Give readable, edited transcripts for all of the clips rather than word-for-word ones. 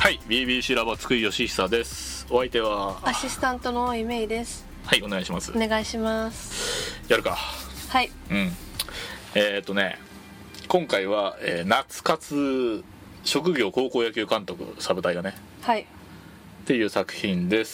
はい、BBC ラボ津久井義久です。お相手はアシスタントのイメイです。 はい、お願いします。 お願いします。 やるか。 はい。 今回は、夏活職業高校野球監督サブタイがね、 はい。 っていう作品です。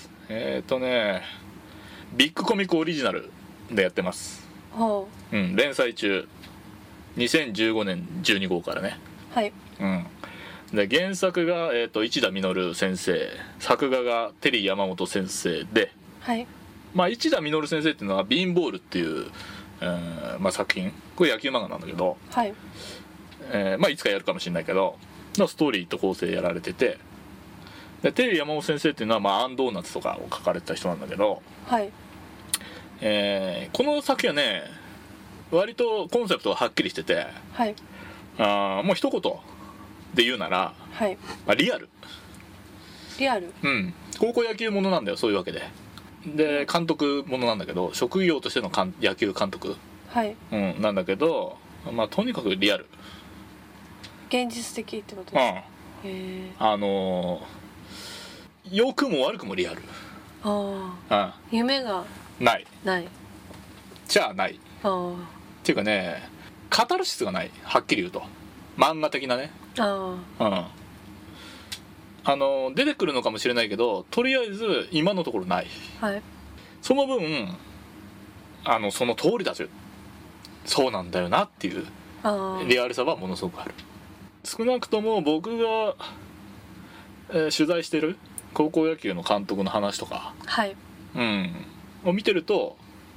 ビッグコミックオリジナルでやってます。 ほう。連載中。2015年12号からね。 はい。 で原作が、市田実先生、作画がテリー山本先生で、 はい。 市田実先生っていうのはビーンボールっていう、作品、これ野球漫画なんだけど、 はい。 いつかやるかもしれないけどのストーリーと構成やられてて、でテリー山本先生っていうのは、アンドーナツとかを書かれてた人なんだけど、 はい。 この作品はね割とコンセプトがはっきりしてて、 はい。 もう一言で言うなら、 はい。 リアル。 リアル。 高校野球ものなんだよ、そういうわけで。で監督ものなんだけど、職業としての野球監督、 はい。 なんだけど、とにかくリアル。 現実的ってことですか。へえ。 良くも悪くもリアル。 夢がない。 ない。 じゃあない。っていうかね、カタルシスがない。はっきり言うと漫画的なね。出てくるのかもしれないけど、とりあえず今のところない。 はい。 その分その通りだし、そうなんだよなっていうリアルさはものすごくある。少なくとも僕が、取材してる高校野球の監督の話とか、 はい。 を見てると、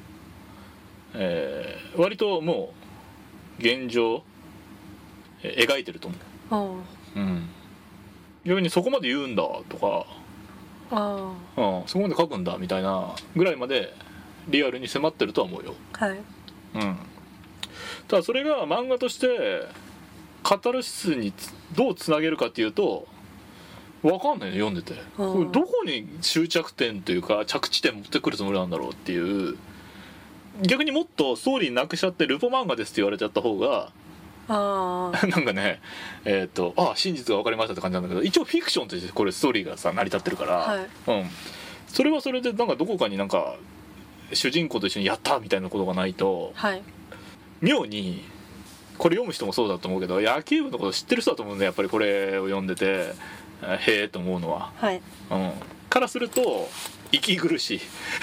割ともう現状、描いてると思う。逆にそこまで言うんだとか、そこまで書くんだみたいなぐらいまでリアルに迫ってるとは思うよ。 はい。 ただそれが漫画としてカタルシスにどうつなげるかっていうと分かんないよ、読んでて。これどこに終着点というか着地点持ってくるつもりなんだろうっていう。逆にもっとストーリーなくしちゃってルポ漫画ですって言われちゃった方がなんかね、真実が分かりましたって感じなんだけど、一応フィクションとしてこれストーリーがさ成り立ってるから、 はい。 それはそれでなんかどこかになんか主人公と一緒にやったみたいなことがないと、 はい。 妙にこれ読む人もそうだと思うけど、野球部のこと知ってる人だと思うんで、やっぱりこれを読んでてへえと思うのは、 はい。 からすると息苦しい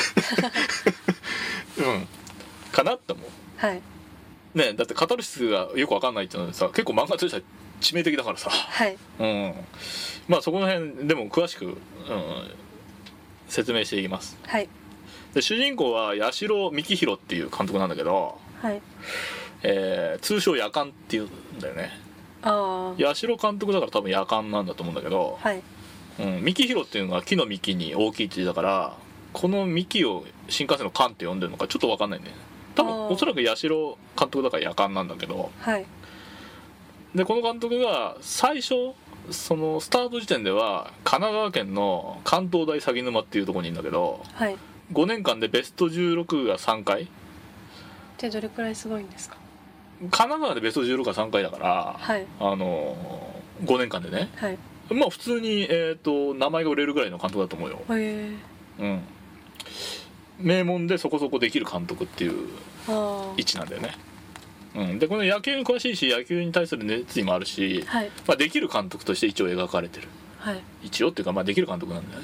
かなって思う。 はい。 ね、だってカタルシスがよく分かんないっていうのはさ、結構漫画としては致命的だからさ。 はい。 そこの辺でも詳しく、説明していきます。 はい。 で主人公は八代幹弘っていう監督なんだけど、 はい。 通称夜監っていうんだよね。八代監督だから多分夜監なんだと思うんだけど、 はい。 幹弘っていうのは木の幹に大きいって言ってたから、この幹を新幹線の監って呼んでるのかちょっと分かんないね。多分おそらく八代監督だから夜監なんだけど、 はい。 でこの監督が最初そのスタート時点では神奈川県の関東大鷺沼っていうところにいるんだけど、 はい。 5年間でベスト16が3回。 ってどれくらいすごいんですか。 神奈川でベスト16が3回だから、 はい。 5年間でね、 はい。 普通に、名前が売れるぐらいの監督だと思うよ。 へえ。 名門でそこそこできる監督っていう位置なんだよね。でこの野球に詳しいし、野球に対する熱意もあるし、 はい。 できる監督として一応描かれてる。 はい。 一応っていうか、できる監督なんだよね。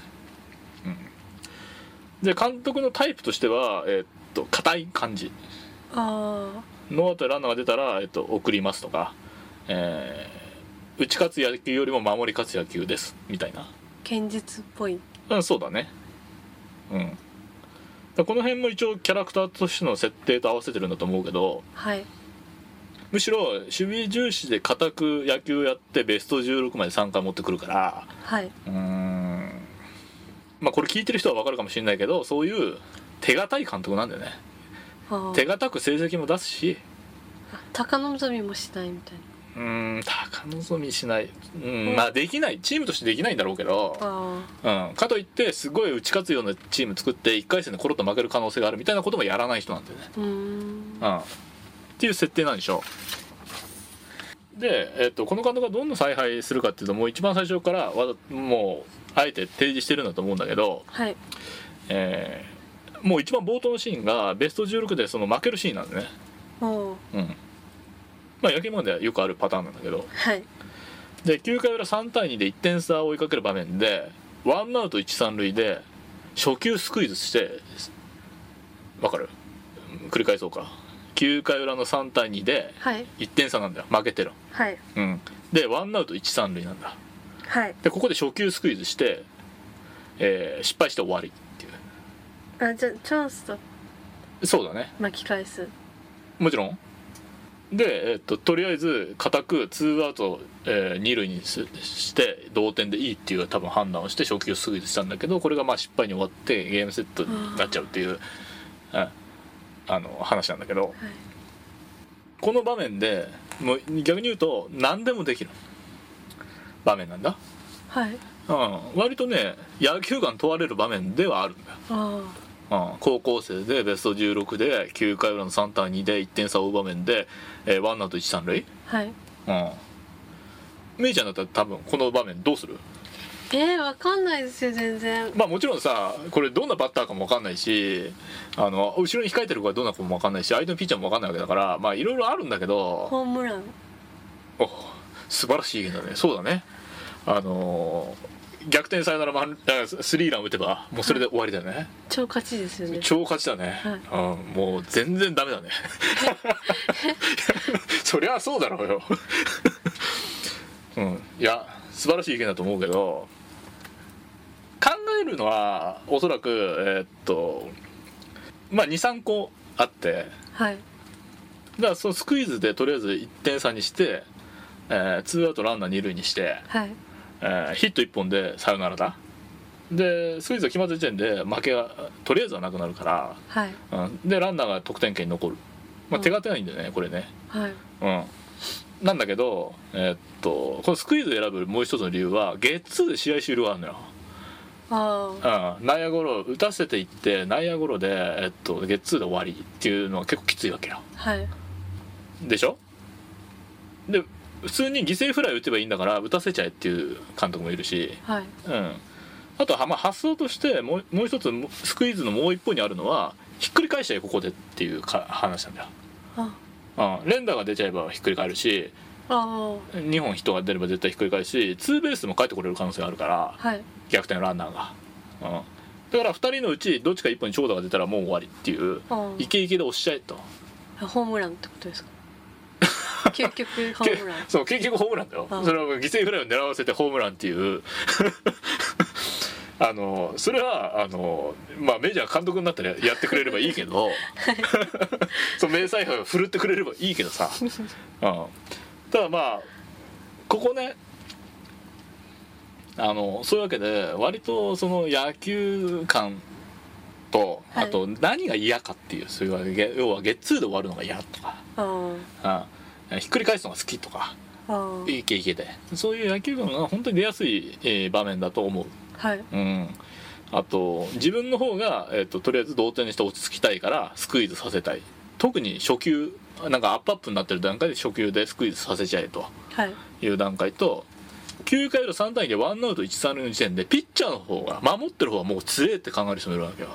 で監督のタイプとしては硬い感じ。ノーアウトランナーが出たら、送りますとか、打ち勝つ野球よりも守り勝つ野球ですみたいな。 堅実っぽい。 そうだね。この辺も一応キャラクターとしての設定と合わせてるんだと思うけど、 はい。 むしろ守備重視で固く野球やってベスト16まで3回持ってくるから、 はい。 これ聞いてる人は分かるかもしれないけど、そういう手堅い監督なんだよね。手堅く成績も出すし、 高望みもしないみたいな。 高望みしない、できない、チームとしてできないんだろうけど、かといってすごい打ち勝つようなチーム作って1回戦でコロッと負ける可能性があるみたいなこともやらない人なんだよね。っていう設定なんでしょう。 で、この監督がどんな采配するかっていうともう一番最初からもうあえて提示してるんだと思うんだけど、 はい、 もう一番冒頭のシーンがベスト16でその負けるシーンなんでね。まあ野球まではよくあるパターンなんだけど、 はい、 で9回裏3対2で1点差を追いかける場面でワンアウト1、3塁で初球スクイズして、わかる？繰り返そうか。9回裏の3対2で1点差なんだよ、負けてる、 はい、 でワンアウト1、3塁なんだ、 はい、 でここで初球スクイズして、失敗して終わりっていう。 じゃあチャンスだ。 そうだね、 巻き返す。 もちろんで、とりあえず固くツーアウト、2塁にして同点でいいっていう多分判断をして初球スクイズしたんだけど、これがまあ失敗に終わってゲームセットになっちゃうっていう、話なんだけど、 はい、 この場面でもう逆に言うと何でもできる場面なんだ、 はい、 割とね野球眼問われる場面ではあるんだよ。高校生でベスト16で9回裏の3対2で1点差を追う場面で、ワンアウト1、3塁、 はい、 メイちゃんだったら多分この場面どうする？ わかんないですよ全然。 まあもちろんさこれどんなバッターかも分かんないし、後ろに控えてる子はどんな子も分かんないし相手のピッチャーも分かんないわけだから、まあいろいろあるんだけど。 ホームラン。 お、素晴らしい意見だね。そうだね、逆転サヨナラスリーラン打てばもうそれで終わりだよね。 超勝ちですよね。 超勝ちだね、 はい、 もう全然ダメだねそりゃそうだろうよいや素晴らしい意見だと思うけど、考えるのはおそらくまあ 2,3 個あって、 はい、 だからそのスクイズでとりあえず1点差にして、ツーアウトランナー2塁にして、 はい、 ヒット1本でサヨナラだ。でスクイズが決まった時点で負けがとりあえずはなくなるから、 はい、 でランナーが得点圏に残る、まあ、手堅いんだよねこれね、 はい、 なんだけど、このスクイズを選ぶもう一つの理由はゲッツーで試合終了があるのよ。内野ゴロ打たせていって内野ゴロで、ゲッツーで終わりっていうのは結構きついわけよ、 はい、 でしょ。で普通に犠牲フライ打てばいいんだから打たせちゃえっていう監督もいるし、 はい、 あとはまあ発想としてもう一つスクイズのもう一方にあるのはひっくり返しちゃえここでっていう話なんだよ。連打が出ちゃえばひっくり返るし、2本ヒットが出れば絶対ひっくり返るしツーベースでも返ってこれる可能性があるから、 はい、 逆転ランナーが、だから2人のうちどっちか1本に長打が出たらもう終わりっていうイケイケで押しちゃえと。 ホームランってことですか結局ホームランそう結局ホームランだよ。それは犠牲フライを狙わせてホームランっていうそれはまあメジャー監督になったらやってくれればいいけどそう名采配を振るってくれればいいけどさ、ただまあここねそういうわけで割とその野球観とあと何が嫌かっていう、そういう要はゲッツーで終わるのが嫌とか、ひっくり返すのが好きとか、イケイケでそういう野球観が本当に出やすい、場面だと思う。 はい、 あと自分の方が、とりあえず同点にして落ち着きたいからスクイズさせたい。特に初球なんかアップアップになってる段階で初球でスクイズさせちゃえという段階と、9回の3対2でワンアウト1、3塁の時点でピッチャーの方が守ってる方はもう強えって考える人もいるわけよ。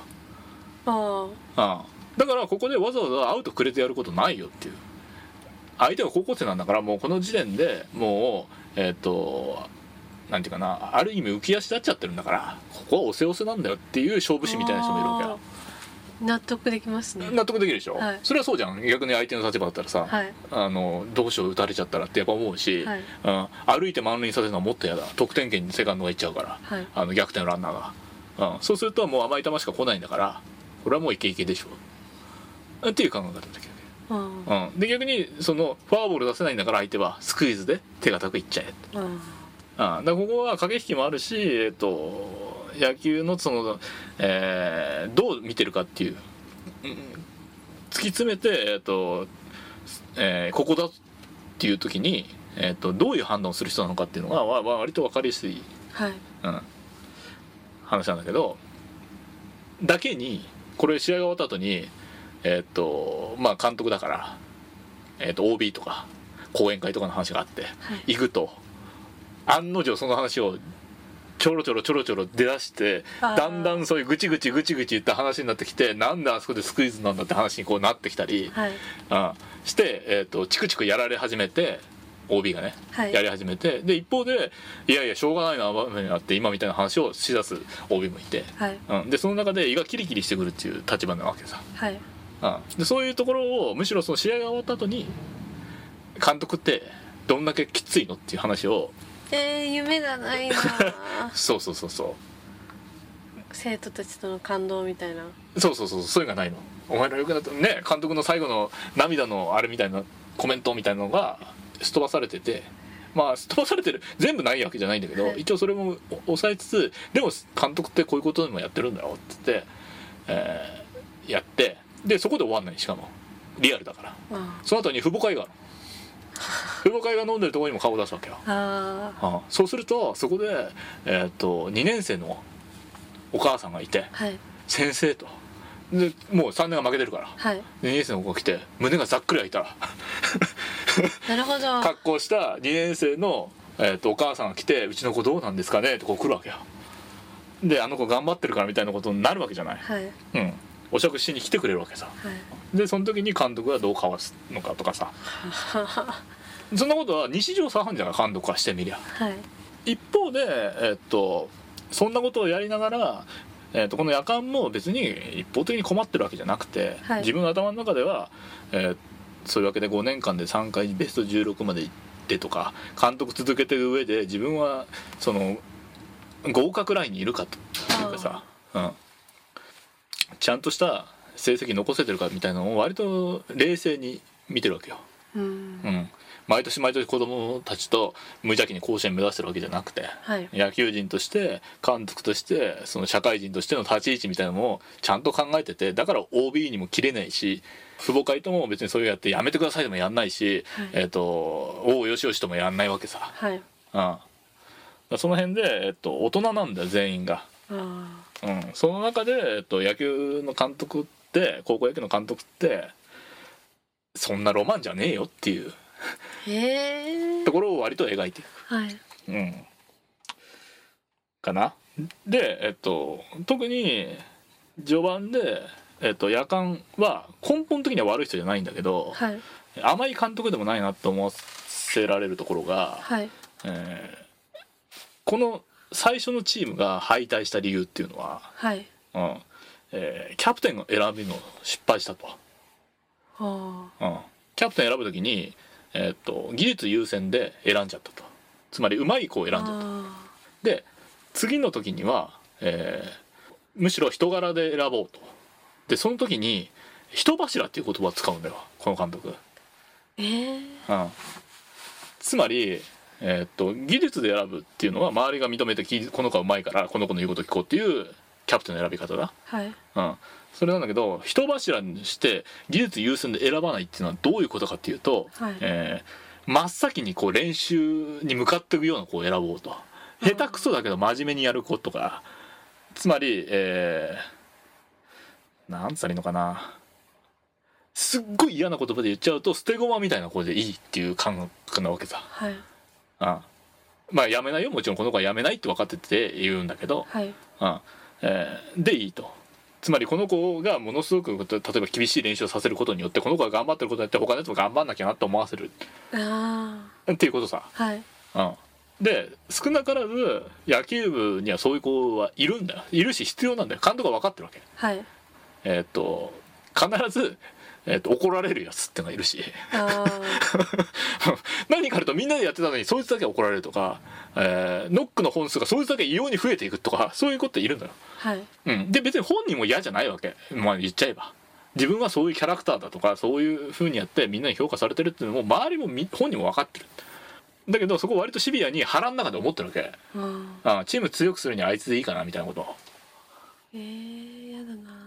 だからここでわざわざアウトくれてやることないよっていう。相手が高校生なんだからもうこの時点でもうなんていうかな、ある意味浮き足立っちゃってるんだからここは押せ押せなんだよっていう勝負師みたいな人もいるわけよ。 納得できますね。 納得できるでしょ、 はい、 それはそうじゃん。逆に相手の立場だったらさ、 はい、 どうしよう打たれちゃったらってやっぱ思うし、 はい、 歩いて満塁にさせるのはもっと嫌だ。得点圏にセカンドが行っちゃうから、 はい、 逆転ランナーが、そうするともう甘い球しか来ないんだからこれはもうイケイケでしょっていう考え方だけど、で逆にそのフォアボール出せないんだから相手はスクイズで手堅くいっちゃえ、だからここは駆け引きもあるし、野球のその、どう見てるかっていう、突き詰めて、ここだっていう時に、どういう判断をする人なのかっていうのが割と分かりやすい、 はい、 話なんだけど、だけにこれ試合が終わった後にまあ監督だから、OB とか講演会とかの話があって、 はい行くと案の定その話をちょろちょろ出だして、だんだんそういうぐちぐち言った話になってきて、なんであそこでスクイズなんだって話にこうなってきたり、 はいして、チクチクやられ始めて OB がね、 はい、 やり始めて、で一方でいやしょうがないな場面になって今みたいな話をしだす OB もいて、 はいでその中で胃がキリキリしてくるっていう立場なわけさ、 はいでそういうところをむしろその試合が終わった後に監督ってどんだけきついのっていう話を夢がないなそう生徒たちとの感動みたいなそういうのがないの。お前らよくなったね、監督の最後の涙のあれみたいなコメントみたいなのがすっ飛ばされてて、まあすっ飛ばされてる全部ないわけじゃないんだけど、 はい、 一応それも抑えつつ、でも監督ってこういうことでもやってるんだよって言って、やってでそこで終わんない。しかもリアルだから、その後に父母会がある父母会が飲んでるところにも顔を出すわけよ。そうするとそこで、2年生のお母さんがいて、 はい、 先生とでもう3年が負けてるから、 はい、 2年生の子が来て胸がざっくり開いたなるほど格好した2年生の、お母さんが来て、うちの子どうなんですかねってこう来るわけよ。であの子頑張ってるからみたいなことになるわけじゃない、 はい、 お酌しに来てくれるわけさ、 はい、 でその時に監督がどうかわすのかとかさそんなことは日常茶飯事な監督からしてみりゃ、 はい、 一方で、そんなことをやりながら、この夜間も別に一方的に困ってるわけじゃなくて、 はい、 自分の頭の中では、そういうわけで5年間で3回ベスト16まで行ってとか監督続けてる上で自分はその合格ラインにいるかというかさ、ちゃんとした成績残せてるかみたいなのを割と冷静に見てるわけよ。毎年子供たちと無邪気に甲子園目指してるわけじゃなくて、 はい、 野球人として監督としてその社会人としての立ち位置みたいなのをちゃんと考えてて、だから OB にも切れないし、父母会とも別にそういうやってやめてくださいでもやんないし、はい、おうよしよしともやんないわけさ、 はい、 その辺で、大人なんだよ全員が。その中で、野球の監督って高校野球の監督ってそんなロマンじゃねえよっていうところを割と描いていく、 はい、 かな。で、特に序盤で、夜間は根本的には悪い人じゃないんだけど、 はい、 甘い監督でもないなって思わせられるところが、 はい、 この最初のチームが敗退した理由っていうのは、 はい、 キャプテンが選びの失敗したと。キャプテン選ぶ時に、技術優先で選んじゃったと。つまりうまい子を選んじゃったで、次の時には、むしろ人柄で選ぼうと。でその時に人柱っていう言葉を使うんだよこの監督。つまり、技術で選ぶっていうのは周りが認めてこの子はうまいからこの子の言うこと聞こうっていうキャプテンの選び方だ、 はい、 それなんだけど、人柱にして技術優先で選ばないっていうのはどういうことかっていうと、 はい、 真っ先にこう練習に向かっていくような子を選ぼうと。下手くそだけど真面目にやる子とか、つまり、なんつったらいいのかな、すっごい嫌な言葉で言っちゃうと捨て駒みたいな子でいいっていう感覚なわけさ、 はい、 まあやめないよ、もちろんこの子はやめないって分かってて言うんだけど、 はい、 でいいと。つまりこの子がものすごく例えば厳しい練習をさせることによってこの子が頑張ってることによって他のやつも頑張んなきゃなって思わせるっていうことさ、 はい、 で少なからず野球部にはそういう子はいるんだよ、いるし必要なんだよ。監督は分かってるわけ。 はい、 必ず、怒られるやつってのがいるし何かあるとみんなでやってたのにそいつだけ怒られるとか、ノックの本数がそいつだけ異様に増えていくとか、そういうこといるんだよ、 はい、 で別に本人も嫌じゃないわけ。まあ言っちゃえば自分はそういうキャラクターだとかそういう風にやってみんなに評価されてるっていうのも周りも本人も分かってる。だけどそこを割とシビアに腹の中で思ってるわけ。チーム強くするにはあいつでいいかなみたいなこと。 やだな。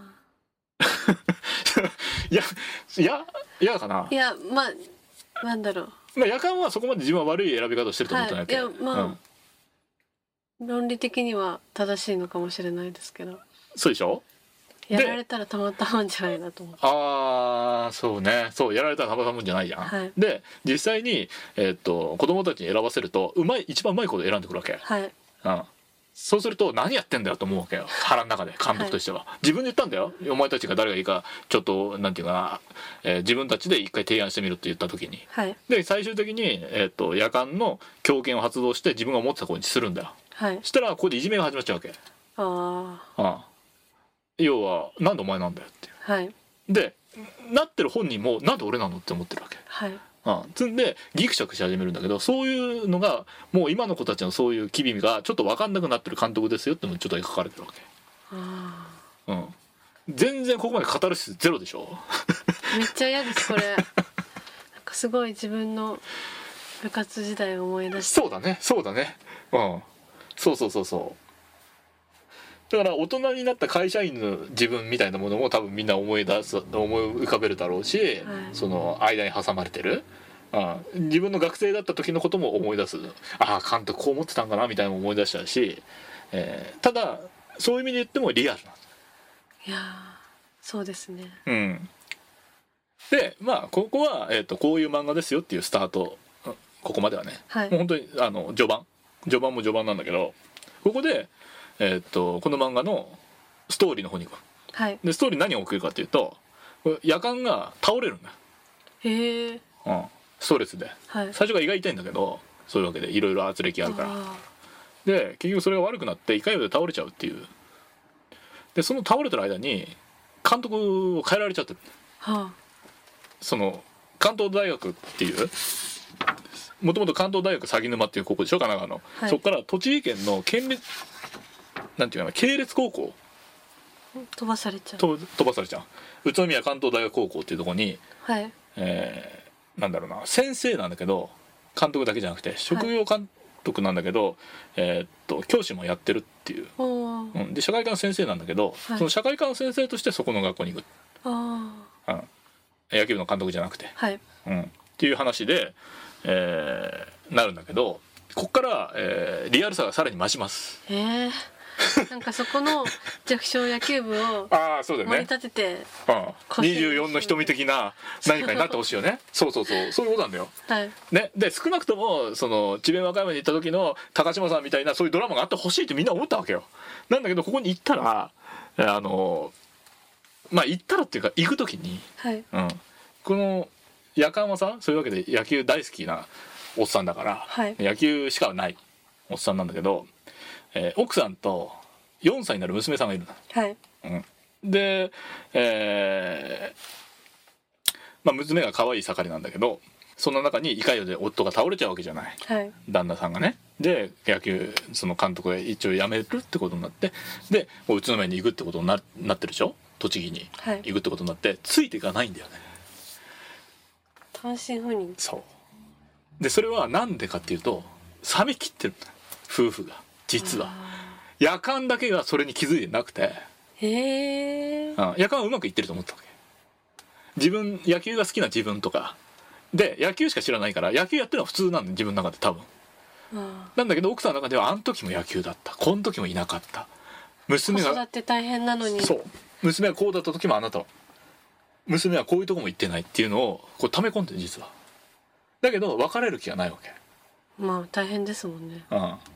嫌かな。 いやまあなんだろう、 夜間はそこまで自分は悪い選び方をしてると思ってないわけ、 はい、いやまあ、論理的には正しいのかもしれないですけど。 そうでしょ。 やられたらたまったもんじゃないなと思って。 ああそうね、そうやられたらたまったもんじゃないじゃん、 はい、 で実際に、子供たちに選ばせると一番うまい子で選んでくるわけ、 はい、 うん、そうすると何やってんだよと思うわけよ腹の中で監督としては、自分で言ったんだよ、お前たちが誰がいいかちょっとなんていうかな、自分たちで一回提案してみるって言った時に、 はい、 で最終的に、夜間の強権を発動して自分が思ってた子にするんだよ、 はい、 そしたらここでいじめが始まっちゃうわけ。要はなんでお前なんだよっていう、 はい、 でなってる本人もなんで俺なのって思ってるわけ、 はい、 つんでギクシャクし始めるんだけど、そういうのがもう今の子たちのそういう機微がちょっと分かんなくなってる監督ですよってのもちょっと書かれてるわけ、全然ここまでカタルシスゼロでしょめっちゃ嫌ですこれなんかすごい自分の部活時代を思い出して。 そうだねそうだね、そうだから大人になった会社員の自分みたいなものも多分みんな思い浮かべるだろうし、はい、その間に挟まれてる、自分の学生だった時のことも思い出す、ああ監督こう思ってたんかなみたいなのも思い出しちゃうし、ただそういう意味で言ってもリアルなんです。 いやそうですね、 でまあここは、こういう漫画ですよっていうスタート、ここまではね、はい、もう本当に序盤も序盤なんだけど、ここでこの漫画のストーリーの方に行く、はい、でストーリー何が起きるかっていうと、夜間が倒れるんだよ。 へえ、 ストレスで、はい、最初が胃が痛いんだけど、そういうわけでいろいろ圧力あるから、で結局それが悪くなって胃潰瘍で倒れちゃうっていう。でその倒れてる間に監督を変えられちゃってる、その関東大学っていうもともと関東大学鷺沼っていう高校でしょ、神奈川の、はい、そこから栃木県のなんていうかな系列高校飛ばされちゃう宇都宮関東大学高校っていうところに、はい、なんだろうな、先生なんだけど監督だけじゃなくて職業監督なんだけど、教師もやってるっていう、で社会科の先生なんだけど、はい、その社会科の先生としてそこの学校に行く、野球部の監督じゃなくて、はい、っていう話で、なるんだけど、こっから、リアルさがさらに増します。 なんかそこの弱小野球部を盛り立てて、 24の瞳的な何かになってほしいよねそういうことなんだよ、はい、ね、で少なくともその智弁和歌山に行った時の高島さんみたいなそういうドラマがあってほしいってみんな思ったわけよ。なんだけどここに行ったら行ったらっていうか行く時に、はい、この夜間はさ、そういうわけで野球大好きなおっさんだから、はい、野球しかないおっさんなんだけど、奥さんと4歳になる娘さんがいるの、はい、で、娘が可愛い盛りなんだけど、その中に胃潰瘍で夫が倒れちゃうわけじゃない、はい、旦那さんがね。で野球その監督が一応辞めるってことになって、で宇都宮に行くってことになってるでしょ、栃木に行くってことになって、はい、ついていかないんだよね、 単身赴任。 そうで、それはなんでかっていうと冷め切ってる夫婦が実は。夜間だけがそれに気づいてなくて、夜間はうまくいってると思ったわけ。野球が好きな自分とかで野球しか知らないから野球やってるのは普通なんで自分の中で多分、なんだけど奥さんの中ではあの時も野球だった、この時もいなかった、娘が子育て大変なのに、 そう娘がこうだった時もあなたは娘はこういうとこも行ってないっていうのをこう溜め込んでる実は。だけど別れる気がないわけ。 まあ大変ですもんね。